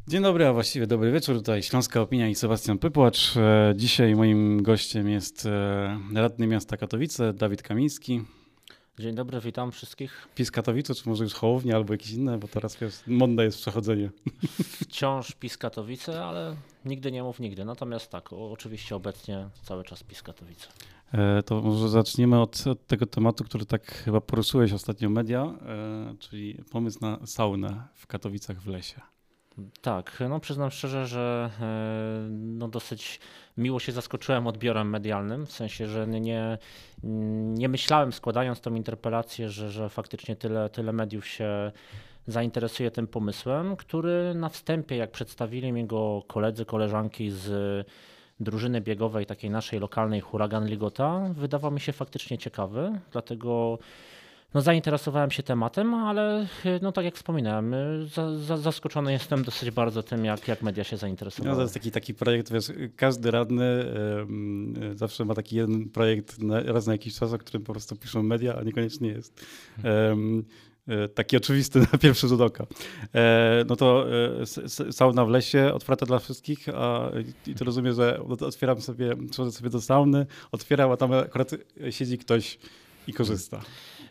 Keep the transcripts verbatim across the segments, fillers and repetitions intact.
Dzień dobry, a właściwie dobry wieczór. Tutaj Śląska Opinia i Sebastian Pypłacz. E, Dzisiaj moim gościem jest e, radny miasta Katowice, Dawid Kamiński. Dzień dobry, witam wszystkich. PiS Katowice, czy może już Hołownia albo jakieś inne, bo teraz wiesz, modne jest przechodzenie. Wciąż PiS Katowice, ale nigdy nie mów nigdy. Natomiast tak, o, oczywiście obecnie cały czas PiS Katowice. E, To może zaczniemy od, od tego tematu, który tak chyba poruszyłeś ostatnio media, e, czyli pomysł na saunę w Katowicach w lesie. Tak, no przyznam szczerze, że e, no dosyć miło się zaskoczyłem odbiorem medialnym, w sensie, że nie, nie myślałem składając tą interpelację, że, że faktycznie tyle, tyle mediów się zainteresuje tym pomysłem, który na wstępie, jak przedstawili mi go koledzy, koleżanki z drużyny biegowej, takiej naszej lokalnej Huragan Ligota, wydawał mi się faktycznie ciekawy, dlatego no, zainteresowałem się tematem, ale no tak jak wspominałem, za, za, zaskoczony jestem dosyć bardzo tym, jak, jak media się zainteresowały. No to jest taki, taki projekt, wiesz, każdy radny um, zawsze ma taki jeden projekt na, raz na jakiś czas, o którym po prostu piszą media, a niekoniecznie jest um, taki oczywisty na pierwszy rzut oka. E, no to e, sauna w lesie, otwarta dla wszystkich, a i to rozumiem, że otwieram sobie, przychodzę sobie do sauny, otwieram, a tam akurat siedzi ktoś i korzysta.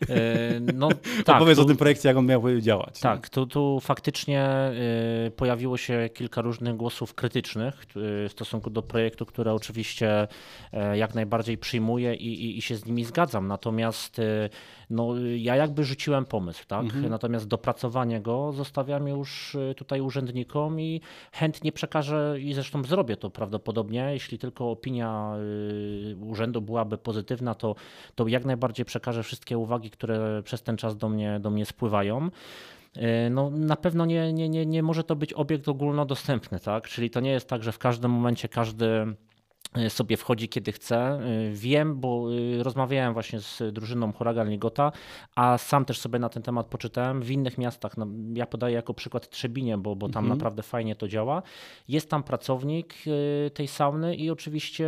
No, tak, Opowiedz tu, o tym projekcie, jak on miał działać. Tak, tu, tu faktycznie y, pojawiło się kilka różnych głosów krytycznych y, w stosunku do projektu, które oczywiście y, jak najbardziej przyjmuję i, i, i się z nimi zgadzam. Natomiast y, no, ja jakby rzuciłem pomysł, tak? Mhm. Natomiast dopracowanie go zostawiam już tutaj urzędnikom i chętnie przekażę i zresztą zrobię to prawdopodobnie. Jeśli tylko opinia y, urzędu byłaby pozytywna, to, to jak najbardziej przekażę wszystkie uwagi, które przez ten czas do mnie, do mnie spływają. No, na pewno nie, nie, nie, nie może to być obiekt ogólnodostępny, tak? Czyli to nie jest tak, że w każdym momencie każdy sobie wchodzi kiedy chce. Wiem, bo rozmawiałem właśnie z drużyną Huragan Ligota, a sam też sobie na ten temat poczytałem. W innych miastach, no, ja podaję jako przykład Trzebinie, bo, bo tam mhm. naprawdę fajnie to działa. Jest tam pracownik tej sauny i oczywiście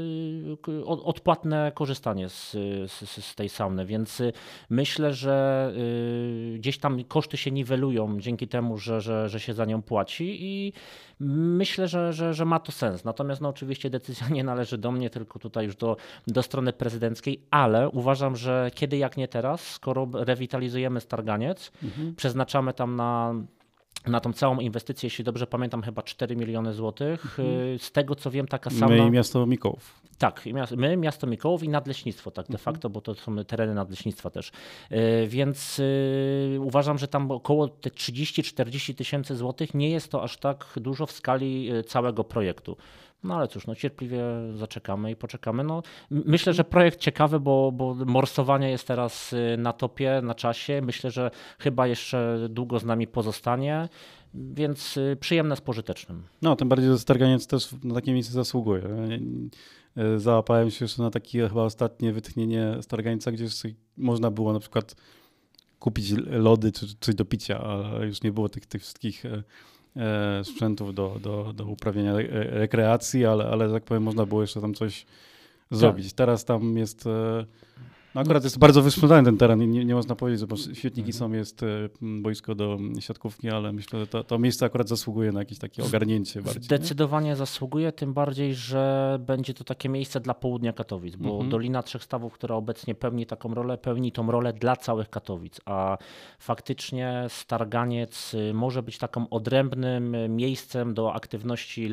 odpłatne korzystanie z, z, z tej sauny, więc myślę, że gdzieś tam koszty się niwelują dzięki temu, że, że, że się za nią płaci i myślę, że, że, że ma to sens. Natomiast no, oczywiście decyzja nie należy do mnie, tylko tutaj już do, do strony prezydenckiej, ale uważam, że kiedy jak nie teraz, skoro rewitalizujemy Starganiec, mhm. przeznaczamy tam na na tą całą inwestycję, jeśli dobrze pamiętam, chyba cztery miliony złotych. Mhm. Z tego co wiem, taka sama... My i miasto Mikołów. Tak, my, miasto Mikołów i nadleśnictwo, tak de facto, bo to są tereny nadleśnictwa też. Więc uważam, że tam około te trzydzieści czterdzieści tysięcy złotych nie jest to aż tak dużo w skali całego projektu. No ale cóż, no cierpliwie zaczekamy i poczekamy. No, myślę, że projekt ciekawy, bo, bo morsowanie jest teraz na topie, na czasie. Myślę, że chyba jeszcze długo z nami pozostanie, więc przyjemne z pożytecznym. No, tym bardziej, że Starganiec też na takie miejsce zasługuje. Załapałem się jeszcze na takie chyba ostatnie wytchnienie Stargańca, gdzie można było na przykład kupić lody czy coś do picia, ale już nie było tych, tych wszystkich sprzętów do, do, do uprawiania rekreacji, ale, ale tak powiem, można było jeszcze tam coś zrobić. Tak. Teraz tam jest, no akurat jest bardzo wysprzątany ten teren i nie, nie można powiedzieć, że bo świetniki mhm. są, jest boisko do siatkówki, ale myślę, że to, to miejsce akurat zasługuje na jakieś takie ogarnięcie bardziej. Zdecydowanie nie? zasługuje, tym bardziej, że będzie to takie miejsce dla południa Katowic, bo mhm. Dolina Trzech Stawów, która obecnie pełni taką rolę, pełni tą rolę dla całych Katowic, a faktycznie Starganiec może być taką odrębnym miejscem do aktywności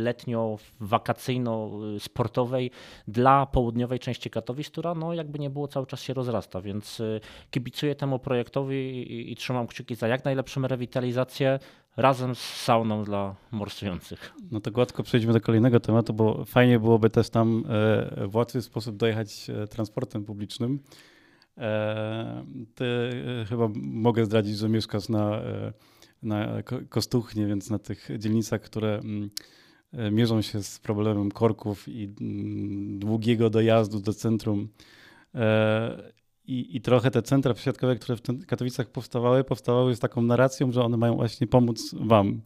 letnio-wakacyjno-sportowej dla południowej części Katowic, która no jakby nie było cały czas się rozrasta, więc kibicuję temu projektowi i, i trzymam kciuki za jak najlepszą rewitalizację razem z sauną dla morsujących. No to gładko przejdźmy do kolejnego tematu, bo fajnie byłoby też tam e, w łatwy sposób dojechać e, transportem publicznym. E, ty e, chyba mogę zdradzić, że mieszkasz na, e, na Kostuchnie, więc na tych dzielnicach, które m, e, mierzą się z problemem korków i m, długiego dojazdu do centrum. I, I trochę te centra przesiadkowe, które w Katowicach powstawały, powstawały z taką narracją, że one mają właśnie pomóc wam.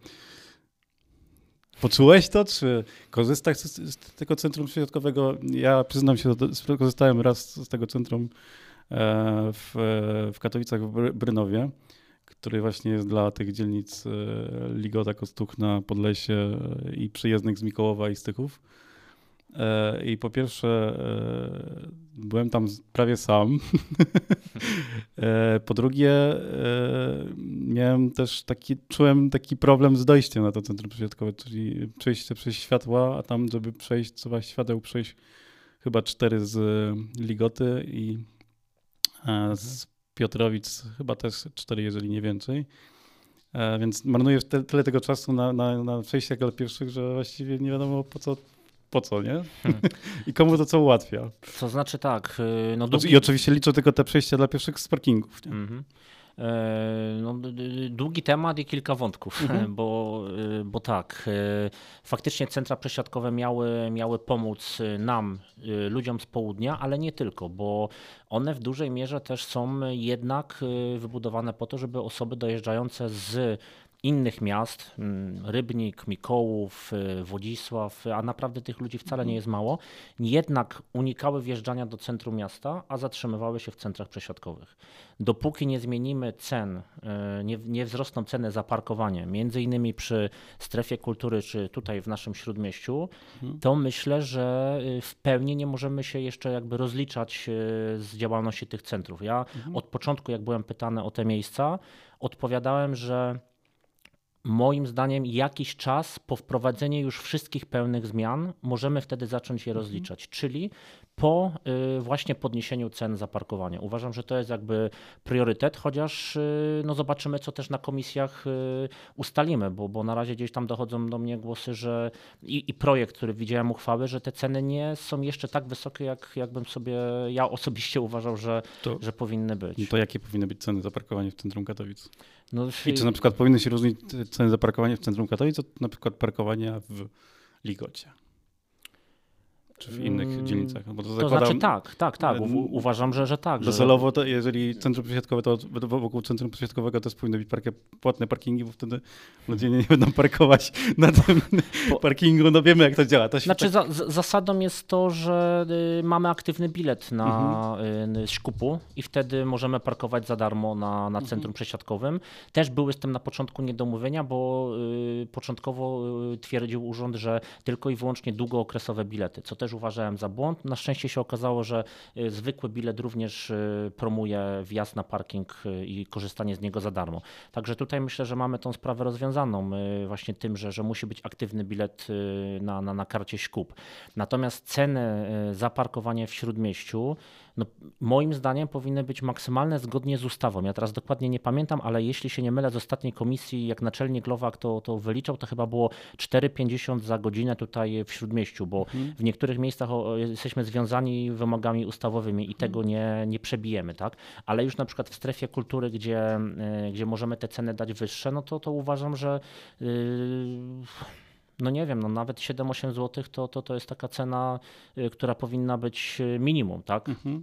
Poczułeś to, czy korzystasz z, z tego centrum przesiadkowego? Ja przyznam się, że korzystałem raz z tego centrum w, w Katowicach w Brynowie, który właśnie jest dla tych dzielnic Ligota, Kostuchna, Podlesie i przyjezdnych z Mikołowa i Stychów. I po pierwsze byłem tam prawie sam. Po drugie miałem też taki, czułem taki problem z dojściem na to centrum przesiadkowe, czyli przejście przez światła, a tam żeby przejść, trzeba świateł przejść chyba cztery z Ligoty i z Piotrowic chyba też cztery, jeżeli nie więcej. Więc marnuję tyle tego czasu na, na, na przejściach dla pieszych, że właściwie nie wiadomo po co Po co, nie? Hmm. I komu to co ułatwia. To znaczy tak. No długi... I oczywiście liczę tylko te przejścia dla pieszych z parkingów. Nie? Mm-hmm. No, długi temat i kilka wątków, mm-hmm. bo, bo tak, faktycznie centra przesiadkowe miały, miały pomóc nam, ludziom z południa, ale nie tylko, bo one w dużej mierze też są jednak wybudowane po to, żeby osoby dojeżdżające z innych miast, Rybnik, Mikołów, Wodzisław, a naprawdę tych ludzi wcale nie jest mało, jednak unikały wjeżdżania do centrum miasta, a zatrzymywały się w centrach przesiadkowych. Dopóki nie zmienimy cen, nie, nie wzrosną ceny za parkowanie, między innymi przy strefie kultury, czy tutaj w naszym Śródmieściu, to myślę, że w pełni nie możemy się jeszcze jakby rozliczać z działalności tych centrów. Ja mhm. od początku, jak byłem pytany o te miejsca, odpowiadałem, że moim zdaniem jakiś czas po wprowadzeniu już wszystkich pełnych zmian możemy wtedy zacząć je rozliczać, mhm. czyli po y, właśnie podniesieniu cen za parkowanie. Uważam, że to jest jakby priorytet, chociaż y, no zobaczymy, co też na komisjach y, ustalimy, bo, bo na razie gdzieś tam dochodzą do mnie głosy, że i, i projekt, który widziałem uchwały, że te ceny nie są jeszcze tak wysokie, jak jakbym sobie ja osobiście uważał, że, to, że powinny być. To jakie powinny być ceny za parkowanie w centrum Katowic? No, I czy na przykład powinny się różnić ceny za parkowanie w centrum Katowic od na przykład parkowania w Ligocie? Czy w innych dzielnicach? Bo to, to zakładam, znaczy tak, tak, tak. U, uważam, że, że tak. Docelowo, to jeżeli centrum przesiadkowe, to wokół centrum przesiadkowego też powinny być parki, płatne parkingi, bo wtedy ludzie nie będą parkować na tym po, parkingu. No wiemy, jak to działa. To znaczy tak... za, zasadą jest to, że y, mamy aktywny bilet na mhm. y, Szkupu i wtedy możemy parkować za darmo na, na centrum mhm. przesiadkowym. Też były z tym na początku niedomówienia, bo y, początkowo y, twierdził urząd, że tylko i wyłącznie długookresowe bilety, co też uważałem za błąd. Na szczęście się okazało, że zwykły bilet również promuje wjazd na parking i korzystanie z niego za darmo. Także tutaj myślę, że mamy tą sprawę rozwiązaną właśnie tym, że, że musi być aktywny bilet na, na, na karcie Szkup. Natomiast ceny za parkowanie w Śródmieściu no, moim zdaniem powinny być maksymalne zgodnie z ustawą. Ja teraz dokładnie nie pamiętam, ale jeśli się nie mylę z ostatniej komisji, jak naczelnik Lowak to, to wyliczał, to chyba było cztery pięćdziesiąt za godzinę tutaj w Śródmieściu, bo mhm. w niektórych miejscach jesteśmy związani wymogami ustawowymi i tego nie, nie przebijemy, tak? Ale już na przykład w strefie kultury, gdzie, gdzie możemy te ceny dać wyższe, no to, to uważam, że yy, no nie wiem, no nawet siedem osiem złotych to, to, to jest taka cena, która powinna być minimum, tak? Mhm.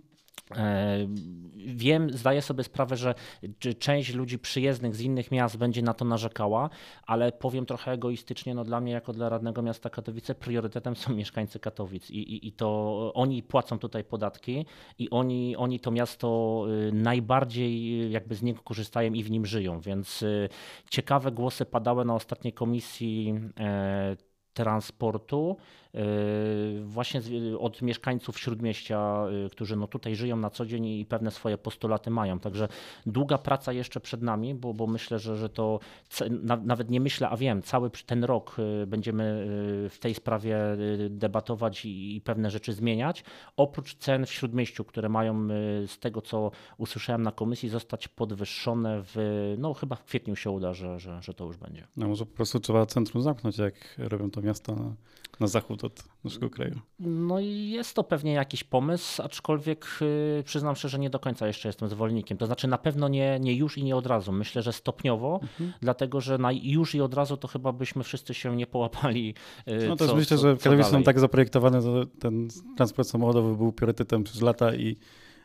Wiem, zdaję sobie sprawę, że część ludzi przyjezdnych z innych miast będzie na to narzekała, ale powiem trochę egoistycznie, no dla mnie jako dla radnego miasta Katowice priorytetem są mieszkańcy Katowic i, i, i to oni płacą tutaj podatki i oni, oni to miasto najbardziej jakby z niego korzystają i w nim żyją, więc ciekawe głosy padały na ostatniej komisji transportu właśnie od mieszkańców Śródmieścia, którzy no tutaj żyją na co dzień i pewne swoje postulaty mają. Także długa praca jeszcze przed nami, bo, bo myślę, że, że to nawet nie myślę, a wiem, cały ten rok będziemy w tej sprawie debatować i pewne rzeczy zmieniać. Oprócz cen w Śródmieściu, które mają z tego, co usłyszałem na komisji, zostać podwyższone w, no chyba w kwietniu się uda, że, że, że to już będzie. No może po prostu trzeba centrum zamknąć, jak robią to miasta na, na zachód od naszego kraju. No i jest to pewnie jakiś pomysł, aczkolwiek yy, przyznam szczerze, że nie do końca jeszcze jestem zwolennikiem. To znaczy na pewno nie, nie już i nie od razu. Myślę, że stopniowo, mhm. dlatego że na już i od razu to chyba byśmy wszyscy się nie połapali. Yy, no też co, myślę, co, że Katowice są tak zaprojektowane, że ten transport samochodowy był priorytetem przez lata i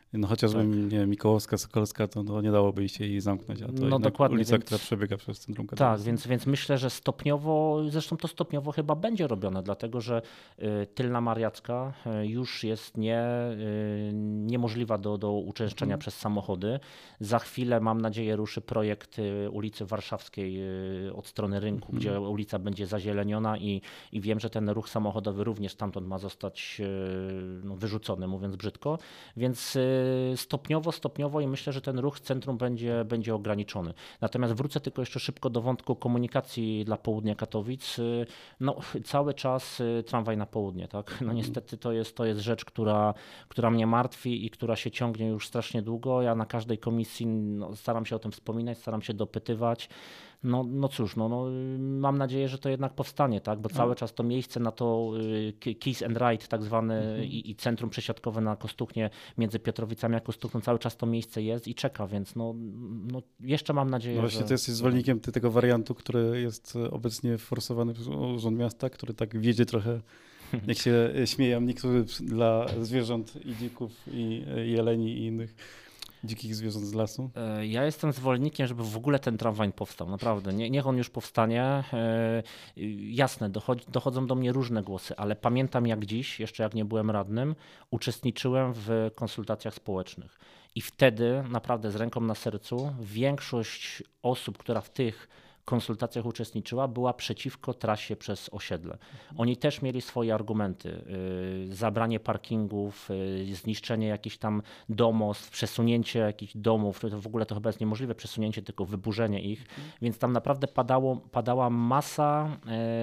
No chociażby Tak. nie wiem, Mikołowska, Sokolska, to no, nie dałoby się jej zamknąć, a to No dokładnie, ulica, więc- która przebiega przez centrum Tak, Katowic. więc, więc myślę, że stopniowo, zresztą to stopniowo chyba będzie robione, dlatego że y, Tylna Mariacka y, już jest nie, y, niemożliwa do, do uczęszczania Mhm. przez samochody. Za chwilę, mam nadzieję, ruszy projekt y, ulicy Warszawskiej y, od strony rynku, Mhm. gdzie ulica będzie zazieleniona i, i wiem, że ten ruch samochodowy również stamtąd ma zostać y, no, wyrzucony, mówiąc brzydko. Więc y, stopniowo, stopniowo i myślę, że ten ruch w centrum będzie, będzie ograniczony. Natomiast wrócę tylko jeszcze szybko do wątku komunikacji dla południa Katowic. Y, No, cały czas y, tramwaj na południe, tak? No niestety to jest, to jest rzecz, która, która mnie martwi i która się ciągnie już strasznie długo. Ja na każdej komisji no, staram się o tym wspominać, staram się dopytywać. No, no cóż, no, no, y, mam nadzieję, że to jednak powstanie, tak? Bo cały czas to miejsce na to y, ki- kiss and ride tak zwane i, i centrum przesiadkowe na Kostuchnie między Piotrowicami a Kostuchną cały czas to miejsce jest i czeka, więc no, no jeszcze mam nadzieję, No właśnie że... ty jesteś zwolennikiem ty- tego wariantu, który jest obecnie forsowany przez Urząd Miasta, który tak wiedzie trochę, jak się śmieją niektórzy dla zwierząt i dzików i jeleni i innych dzikich zwierząt z lasu. E, Ja jestem zwolennikiem, żeby w ogóle ten tramwaj powstał, naprawdę. Nie, niech on już powstanie. E, Jasne, dochodzi, dochodzą do mnie różne głosy, ale pamiętam jak dziś, jeszcze jak nie byłem radnym, uczestniczyłem w konsultacjach społecznych. I wtedy, naprawdę z ręką na sercu, większość osób, która w tych konsultacjach uczestniczyła, była przeciwko trasie przez osiedle. Oni też mieli swoje argumenty. Yy, Zabranie parkingów, yy, zniszczenie jakichś tam domostw, przesunięcie jakichś domów, to w ogóle to chyba jest niemożliwe przesunięcie, tylko wyburzenie ich, więc tam naprawdę padało, padała masa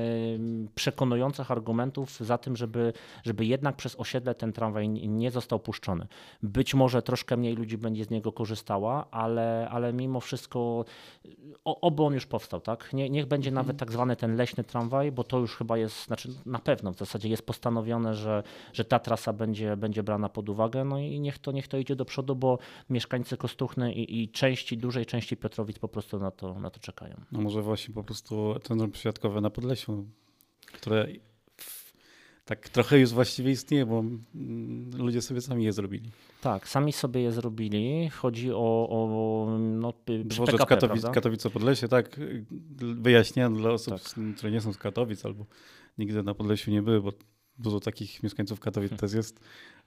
yy, przekonujących argumentów za tym, żeby, żeby jednak przez osiedle ten tramwaj nie został puszczony. Być może troszkę mniej ludzi będzie z niego korzystała, ale, ale mimo wszystko o, oby on już powstał, tak? Nie, niech będzie Mhm. nawet tak zwany ten leśny tramwaj, bo to już chyba jest, znaczy na pewno w zasadzie jest postanowione, że, że ta trasa będzie, będzie brana pod uwagę, no i niech to, niech to idzie do przodu, bo mieszkańcy Kostuchny i, i części, dużej części Piotrowic po prostu na to, na to czekają. No może właśnie po prostu centrum przesiadkowe na Podlesiu, które w- tak trochę już właściwie istnieje, bo mm, ludzie sobie sami je zrobili. Tak, sami sobie je zrobili. Chodzi o, o no, przy Dworzec P K P, Katowic, prawda? Katowice-Podlesie, tak, wyjaśniam dla osób, Tak. z- które nie są z Katowic albo nigdy na Podlesiu nie były, bo dużo takich mieszkańców Katowic Hmm. też jest.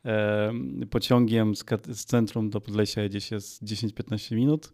E, pociągiem z, Kat- z centrum do Podlesia jedzie się z dziesięć piętnaście minut.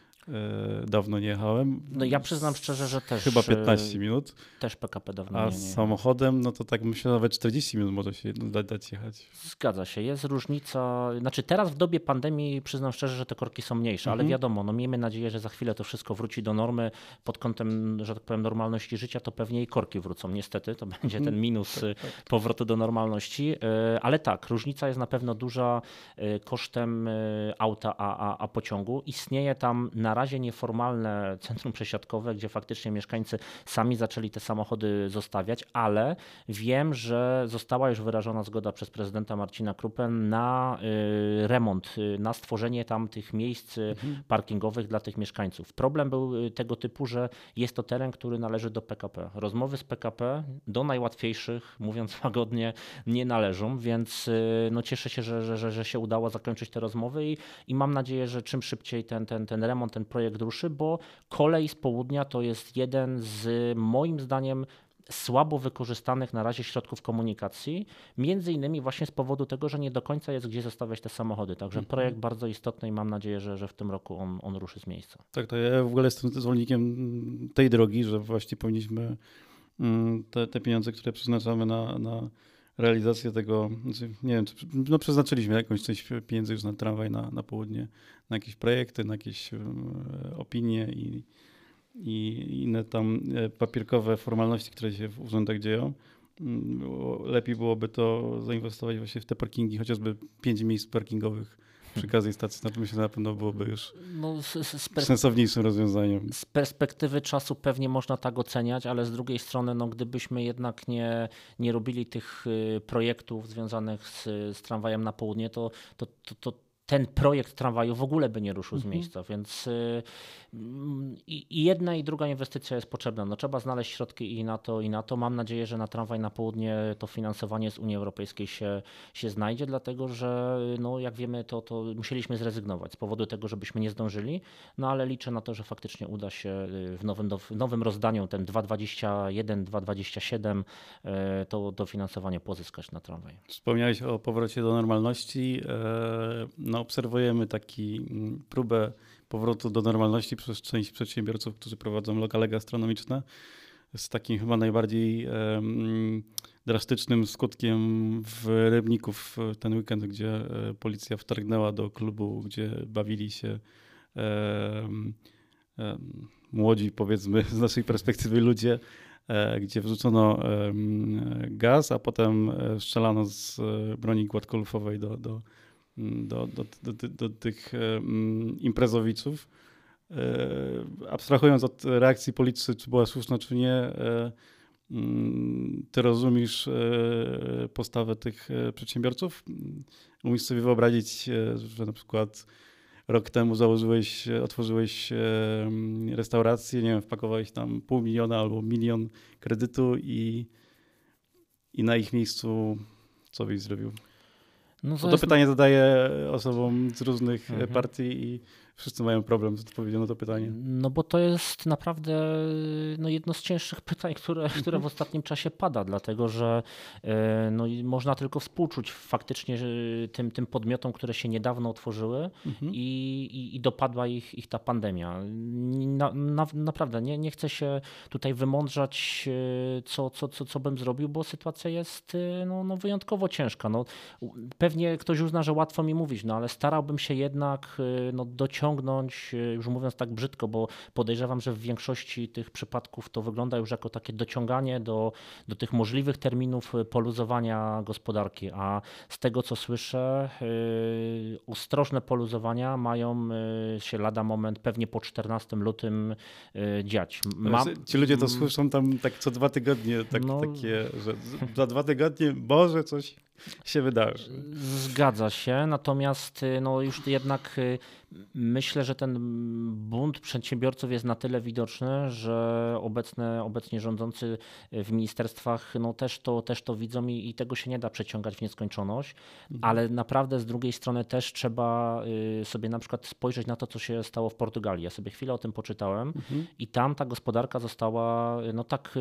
E, dawno nie jechałem. No ja przyznam szczerze, że też, Chyba e, piętnaście minut, Też P K P dawno a nie, nie z jechałem. samochodem, no to tak myślę, nawet czterdzieści minut może się da, dać jechać. Zgadza się, jest różnica. Znaczy teraz w dobie pandemii przyznam szczerze, że te korki są mniejsze, ale Mhm. wiadomo, no miejmy nadzieję, że za chwilę to wszystko wróci do normy. Pod kątem, że tak powiem, normalności życia, to pewnie i korki wrócą. Niestety, to będzie ten minus y, powrotu do normalności. Y, Ale tak, różnica jest na pewno duża y, kosztem y, auta a, a, a pociągu. Istnieje tam na razie nieformalne centrum przesiadkowe, gdzie faktycznie mieszkańcy sami zaczęli te samochody zostawiać, ale wiem, że została już wyrażona zgoda przez prezydenta Marcina Krupę na y, remont, y, na stworzenie tam tych miejsc y, parkingowych dla tych mieszkańców. Problem był y, tego typu, że jest to teren, który należy do P K P. Rozmowy z P K P do najłatwiejszych, mówiąc łagodnie, nie należą, więc y, no cieszę się, że, że, że, że się udało zakończyć te rozmowy i, i mam nadzieję, że czym szybciej ten, ten, ten remont, ten projekt ruszy, bo kolej z południa to jest jeden z moim zdaniem słabo wykorzystanych na razie środków komunikacji, między innymi właśnie z powodu tego, że nie do końca jest gdzie zostawiać te samochody. Także projekt bardzo istotny i mam nadzieję, że, że w tym roku on, on ruszy z miejsca. Tak, to ja w ogóle jestem zwolennikiem tej drogi, że właśnie powinniśmy mm, te, te pieniądze, które przeznaczamy na, na realizację tego, znaczy, nie wiem, czy, no przeznaczyliśmy jakąś część pieniędzy już na tramwaj na, na południe, na jakieś projekty, na jakieś e, opinie i, i inne tam e, papierkowe formalności, które się w urzędach dzieją. Mm, było- Lepiej byłoby to zainwestować właśnie w te parkingi, chociażby pięć miejsc parkingowych przy każdej stacji. No to myślę, że na pewno byłoby już No, z, z, z, pers- sensowniejszym rozwiązaniem. z perspektywy czasu pewnie można tak oceniać, ale z drugiej strony, no, gdybyśmy jednak nie, nie robili tych y, projektów związanych z, z tramwajem na południe, to, to, to, to ten projekt tramwaju w ogóle by nie ruszył z Mhm. miejsca, więc y, i, i jedna i druga inwestycja jest potrzebna. No, trzeba znaleźć środki i na to, i na to. Mam nadzieję, że na tramwaj na południe to finansowanie z Unii Europejskiej się, się znajdzie, dlatego że no, jak wiemy, to, to musieliśmy zrezygnować z powodu tego, żebyśmy nie zdążyli, no ale liczę na to, że faktycznie uda się w nowym, w nowym rozdaniu, ten dwa dwadzieścia jeden, dwa dwadzieścia siedem, to dofinansowanie pozyskać na tramwaj. Wspomniałeś o powrocie do normalności. No, obserwujemy taki próbę powrotu do normalności przez część przedsiębiorców, którzy prowadzą lokale gastronomiczne. Z takim chyba najbardziej um, drastycznym skutkiem w Rybniku w ten weekend, gdzie policja wtargnęła do klubu, gdzie bawili się um, um, młodzi, powiedzmy z naszej perspektywy ludzie, gdzie wrzucono gaz, a potem strzelano z broni gładkolufowej do, do, do, do, do, do, do tych imprezowiczów. Abstrahując od reakcji policji, czy była słuszna, czy nie, ty rozumiesz postawę tych przedsiębiorców? Umiesz sobie wyobrazić, że na przykład rok temu założyłeś, otworzyłeś restaurację, nie wiem, wpakowałeś tam pół miliona albo milion kredytu i, i na ich miejscu co byś zrobił? No to, to jest... pytanie zadaję osobom z różnych mhm. partii i wszyscy mają problem z odpowiedzią na to pytanie. No bo to jest naprawdę no, jedno z cięższych pytań, które, które w ostatnim czasie pada, dlatego że no, można tylko współczuć faktycznie tym, tym podmiotom, które się niedawno otworzyły mhm. i, i, i dopadła ich, ich ta pandemia. Na, na, naprawdę nie, nie chcę się tutaj wymądrzać, co, co, co, co bym zrobił, bo sytuacja jest no, no, wyjątkowo ciężka. No, pewnie ktoś uzna, że łatwo mi mówić, no ale starałbym się jednak no, dociągnąć ciągnąć, już mówiąc tak brzydko, bo podejrzewam, że w większości tych przypadków to wygląda już jako takie dociąganie do, do tych możliwych terminów poluzowania gospodarki, a z tego co słyszę, yy, ostrożne poluzowania mają yy, się lada moment pewnie po czternastego lutego yy, dziać. Mam... Ci ludzie to słyszą tam tak co dwa tygodnie, tak, no... takie, że za dwa tygodnie może coś się wydarzy. Zgadza się, natomiast no już jednak myślę, że ten bunt przedsiębiorców jest na tyle widoczny, że obecne, obecnie rządzący w ministerstwach no też, to, też to widzą i, i tego się nie da przeciągać w nieskończoność, mhm. ale naprawdę z drugiej strony też trzeba sobie na przykład spojrzeć na to, co się stało w Portugalii. Ja sobie chwilę o tym poczytałem mhm. i tam ta gospodarka została no tak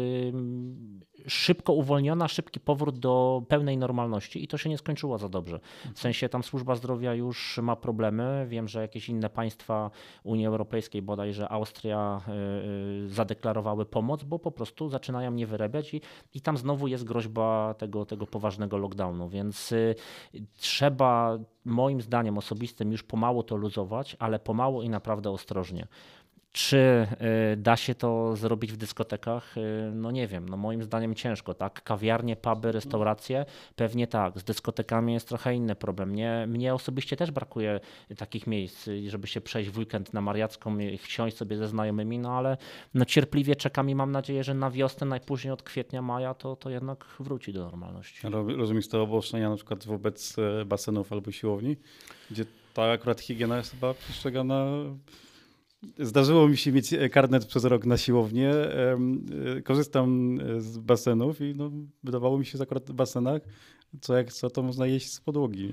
szybko uwolniona, szybki powrót do pełnej normalności i to się nie skończyło za dobrze. W sensie tam służba zdrowia już ma problemy. Wiem, że jakieś inne państwa Unii Europejskiej, bodajże Austria, yy, zadeklarowały pomoc, bo po prostu zaczynają nie wyrabiać i, i tam znowu jest groźba tego, tego poważnego lockdownu, więc yy, trzeba moim zdaniem osobistym już pomału to luzować, ale pomału i naprawdę ostrożnie. Czy da się to zrobić w dyskotekach? No nie wiem, no moim zdaniem ciężko, tak? Kawiarnie, puby, restauracje? Pewnie tak. Z dyskotekami jest trochę inny problem. Mnie, mnie osobiście też brakuje takich miejsc, żeby się przejść w weekend na Mariacką i wsiąść sobie ze znajomymi, no ale no cierpliwie czekam i mam nadzieję, że na wiosnę, najpóźniej od kwietnia, maja, to, to jednak wróci do normalności. Rozumiesz te obostrzenia na przykład wobec basenów albo siłowni, gdzie ta akurat higiena jest chyba przestrzegana. Zdarzyło mi się mieć karnet przez rok na siłownię. Korzystam z basenów i no, wydawało mi się, że akurat w basenach co jak co, to można jeść z podłogi.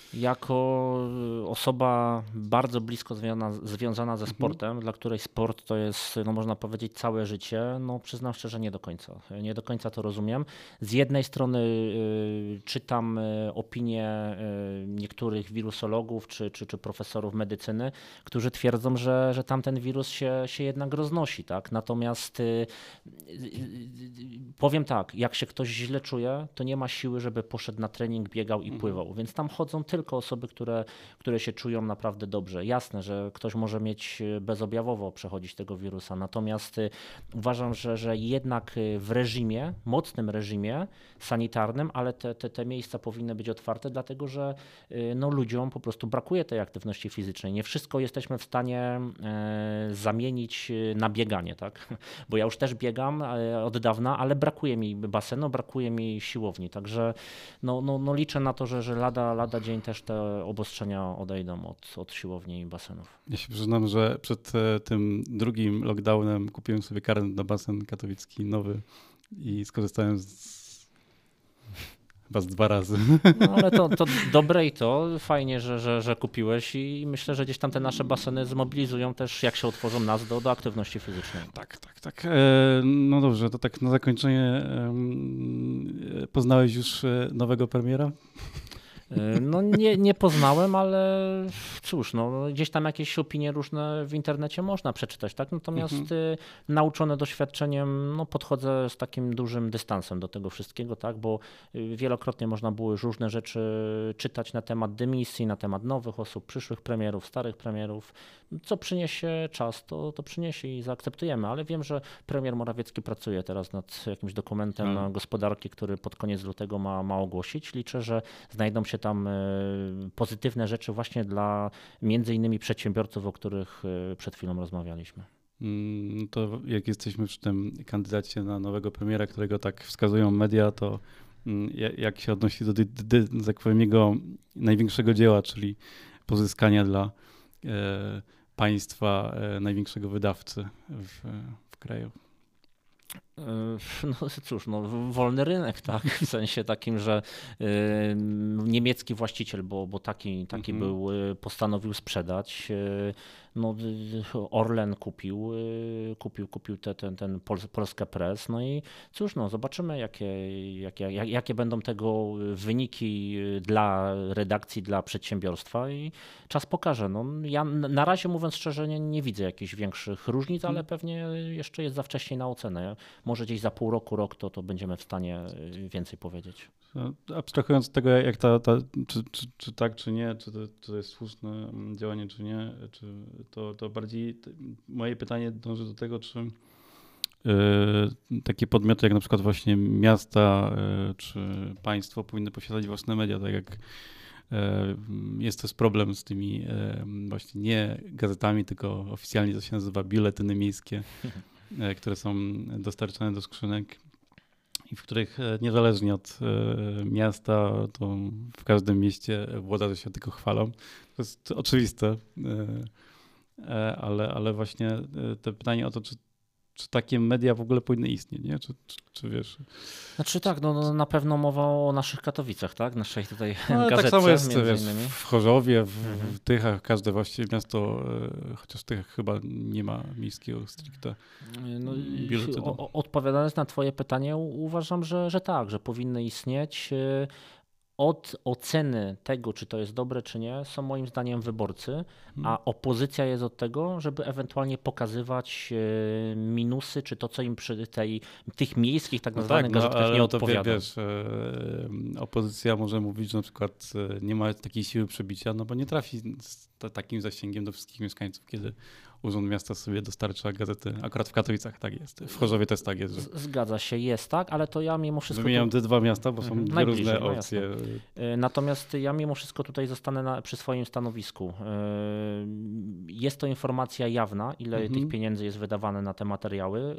Jako osoba bardzo blisko związana, związana ze sportem, mhm. dla której sport to jest, no można powiedzieć, całe życie, no przyznam szczerze, nie do końca. Nie do końca to rozumiem. Z jednej strony y, czytam y, opinie y, niektórych wirusologów czy, czy, czy profesorów medycyny, którzy twierdzą, że, że tamten wirus się, się jednak roznosi. Tak? Natomiast y, y, y, powiem tak, jak się ktoś źle czuje, to nie ma siły, żeby poszedł na trening, biegał i mhm. pływał. Więc tam chodzą tylko tylko osoby, które, które się czują naprawdę dobrze. Jasne, że ktoś może mieć bezobjawowo przechodzić tego wirusa, natomiast uważam, że, że jednak w reżimie, mocnym reżimie sanitarnym, ale te, te, te miejsca powinny być otwarte, dlatego że no, ludziom po prostu brakuje tej aktywności fizycznej. Nie wszystko jesteśmy w stanie e, zamienić na bieganie, tak? Bo ja już też biegam e, od dawna, ale brakuje mi basenu, brakuje mi siłowni, także no, no, no liczę na to, że, że lada, lada dzień też też te obostrzenia odejdą od, od siłowni i basenów. Ja się przyznam, że przed tym drugim lockdownem kupiłem sobie karnet na basen katowicki nowy i skorzystałem z chyba z dwa razy. No ale to, to dobre i to fajnie, że, że, że kupiłeś i myślę, że gdzieś tam te nasze baseny zmobilizują też, jak się otworzą, nas do, do aktywności fizycznej. Tak, tak, tak. E, no dobrze, to tak na zakończenie. E, poznałeś już nowego premiera? No nie, nie poznałem, ale cóż, no, gdzieś tam jakieś opinie różne w internecie można przeczytać, tak? Natomiast mhm. nauczony doświadczeniem, no, podchodzę z takim dużym dystansem do tego wszystkiego, tak? Bo wielokrotnie można było już różne rzeczy czytać na temat dymisji, na temat nowych osób, przyszłych premierów, starych premierów. Co przyniesie czas, to, to przyniesie i zaakceptujemy, ale wiem, że premier Morawiecki pracuje teraz nad jakimś dokumentem hmm. gospodarki, który pod koniec lutego ma, ma ogłosić. Liczę, że znajdą się tam pozytywne rzeczy właśnie dla między innymi przedsiębiorców, o których przed chwilą rozmawialiśmy. To jak jesteśmy przy tym kandydacie na nowego premiera, którego tak wskazują media, to jak się odnosi do, do, do, do tak powiem, jego największego dzieła, czyli pozyskania dla e, państwa e, największego wydawcy w, w kraju? No cóż, no, wolny rynek, tak, w sensie takim, że y, niemiecki właściciel, bo, bo taki, taki mhm. był, postanowił sprzedać. Y, no, Orlen kupił, y, kupił, kupił te, ten, ten Pol, Polskę Press. No i cóż, no, zobaczymy, jakie, jakie, jak, jakie będą tego wyniki dla redakcji, dla przedsiębiorstwa i czas pokaże. No, ja na razie, mówiąc szczerze, nie, nie widzę jakichś większych różnic, ale pewnie jeszcze jest za wcześnie na ocenę. Może gdzieś za pół roku, rok, to, to będziemy w stanie więcej powiedzieć. Abstrahując od tego, jak ta, ta czy, czy, czy tak, czy nie, czy to, czy to jest słuszne działanie, czy nie, czy to, to bardziej moje pytanie dąży do tego, czy yy, takie podmioty jak na przykład właśnie miasta yy, czy państwo powinny posiadać własne media, tak jak yy, jest też problem z tymi yy, właśnie nie gazetami, tylko oficjalnie to się nazywa biuletyny miejskie, które są dostarczane do skrzynek i w których niezależnie od miasta, to w każdym mieście włodarze się tylko chwalą. To jest oczywiste, ale, ale właśnie to pytanie o to, czy, czy takie media w ogóle powinny istnieć, nie? Czy, czy, czy wiesz? Znaczy tak, no na pewno mowa o naszych Katowicach, tak? Naszej tutaj no, gazetce. Tak samo jest wiesz, innymi. w Chorzowie, w, mhm. w Tychach, każde właściwie miasto, chociaż w Tychach chyba nie ma miejskiego stricte. No, odpowiadając na twoje pytanie, uważam, że, że tak, że powinny istnieć. Od oceny tego, czy to jest dobre, czy nie, są moim zdaniem wyborcy, a opozycja jest od tego, żeby ewentualnie pokazywać minusy, czy to, co im przy tej, tych miejskich tak nazwanych no tak, gazetkach no, nie odpowiada. To wiesz, opozycja może mówić, że na przykład nie ma takiej siły przebicia, no bo nie trafi z takim zasięgiem do wszystkich mieszkańców, kiedy Urząd Miasta sobie dostarcza gazety. Akurat w Katowicach tak jest. W Chorzowie też tak jest. Że... Zgadza się, jest tak, ale to ja mimo wszystko... Wymieniam tu... te dwa miasta, bo są mhm. dwie różne no opcje. Natomiast ja mimo wszystko tutaj zostanę na, przy swoim stanowisku. Jest to informacja jawna, ile mhm. tych pieniędzy jest wydawane na te materiały.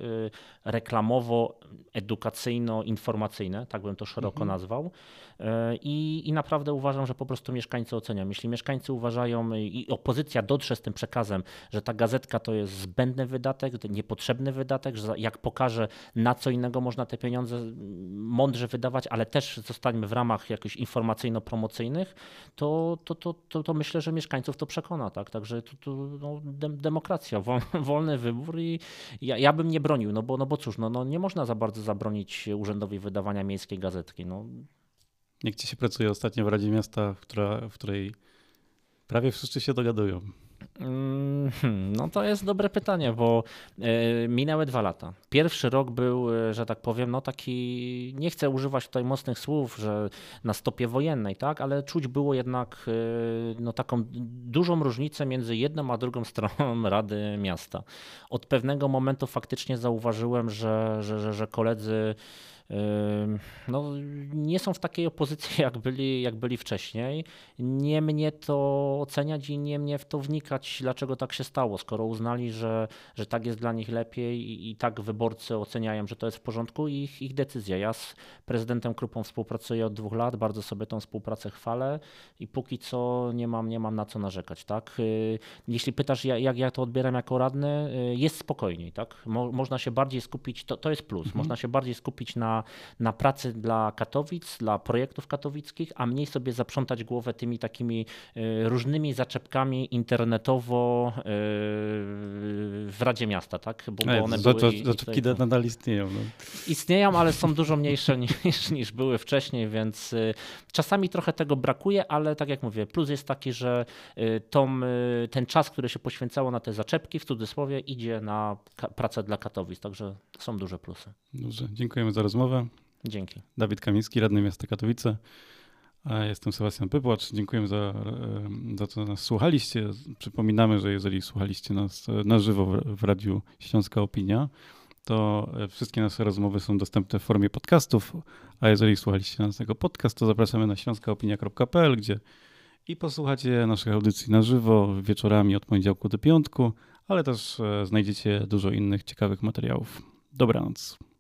Reklamowo-edukacyjno-informacyjne, tak bym to szeroko mhm. nazwał. I, I naprawdę uważam, że po prostu mieszkańcy ocenią. Jeśli mieszkańcy uważają i opozycja dotrze z tym przekazem, że ta gazetka to jest zbędny wydatek, niepotrzebny wydatek, że jak pokaże, na co innego można te pieniądze mądrze wydawać, ale też zostańmy w ramach jakichś informacyjno-promocyjnych, to, to, to, to, to myślę, że mieszkańców to przekona. Tak? Także to, to, no, demokracja, wol, wolny wybór i ja, ja bym nie bronił, no bo, no bo cóż, no, no, nie można za bardzo zabronić urzędowi wydawania miejskiej gazetki. No. Jak ci się pracuje ostatnio w Radzie Miasta, która, w której prawie wszyscy się dogadują? No to jest dobre pytanie, bo minęły dwa lata. Pierwszy rok był, że tak powiem, no taki, nie chcę używać tutaj mocnych słów, że na stopie wojennej, tak, ale czuć było jednak no taką dużą różnicę między jedną a drugą stroną Rady Miasta. Od pewnego momentu faktycznie zauważyłem, że, że, że, że koledzy no, nie są w takiej opozycji, jak byli, jak byli wcześniej. Nie mnie to oceniać i nie mnie w to wnikać, dlaczego tak się stało, skoro uznali, że, że tak jest dla nich lepiej i, i tak wyborcy oceniają, że to jest w porządku i ich, ich decyzja. Ja z prezydentem Krupą współpracuję od dwóch lat, bardzo sobie tą współpracę chwalę i póki co nie mam, nie mam na co narzekać. Tak? Jeśli pytasz, jak ja to odbieram jako radny, jest spokojniej. Tak? Mo, można się bardziej skupić, to, to jest plus, mhm. można się bardziej skupić na, na pracy dla Katowic, dla projektów katowickich, a mniej sobie zaprzątać głowę tymi takimi różnymi zaczepkami internetowo w Radzie Miasta. Tak? Bo, bo one za, były za, zaczepki i nadal istnieją. No. Istnieją, ale są dużo mniejsze niż, niż były wcześniej, więc czasami trochę tego brakuje, ale tak jak mówię, plus jest taki, że tą, ten czas, który się poświęcało na te zaczepki, w cudzysłowie, idzie na pracę dla Katowic, także są duże plusy. Dobrze, dziękujemy za rozmowę. Dzięki. Dawid Kamiński, radny miasta Katowice. A jestem Sebastian Pypłacz. Dziękujemy za, za to, że nas słuchaliście. Przypominamy, że jeżeli słuchaliście nas na żywo w, w Radiu Śląska Opinia, to wszystkie nasze rozmowy są dostępne w formie podcastów, a jeżeli słuchaliście naszego podcastu, to zapraszamy na śląska opinia kropka p l, gdzie i posłuchacie naszych audycji na żywo wieczorami od poniedziałku do piątku, ale też znajdziecie dużo innych ciekawych materiałów. Dobranoc.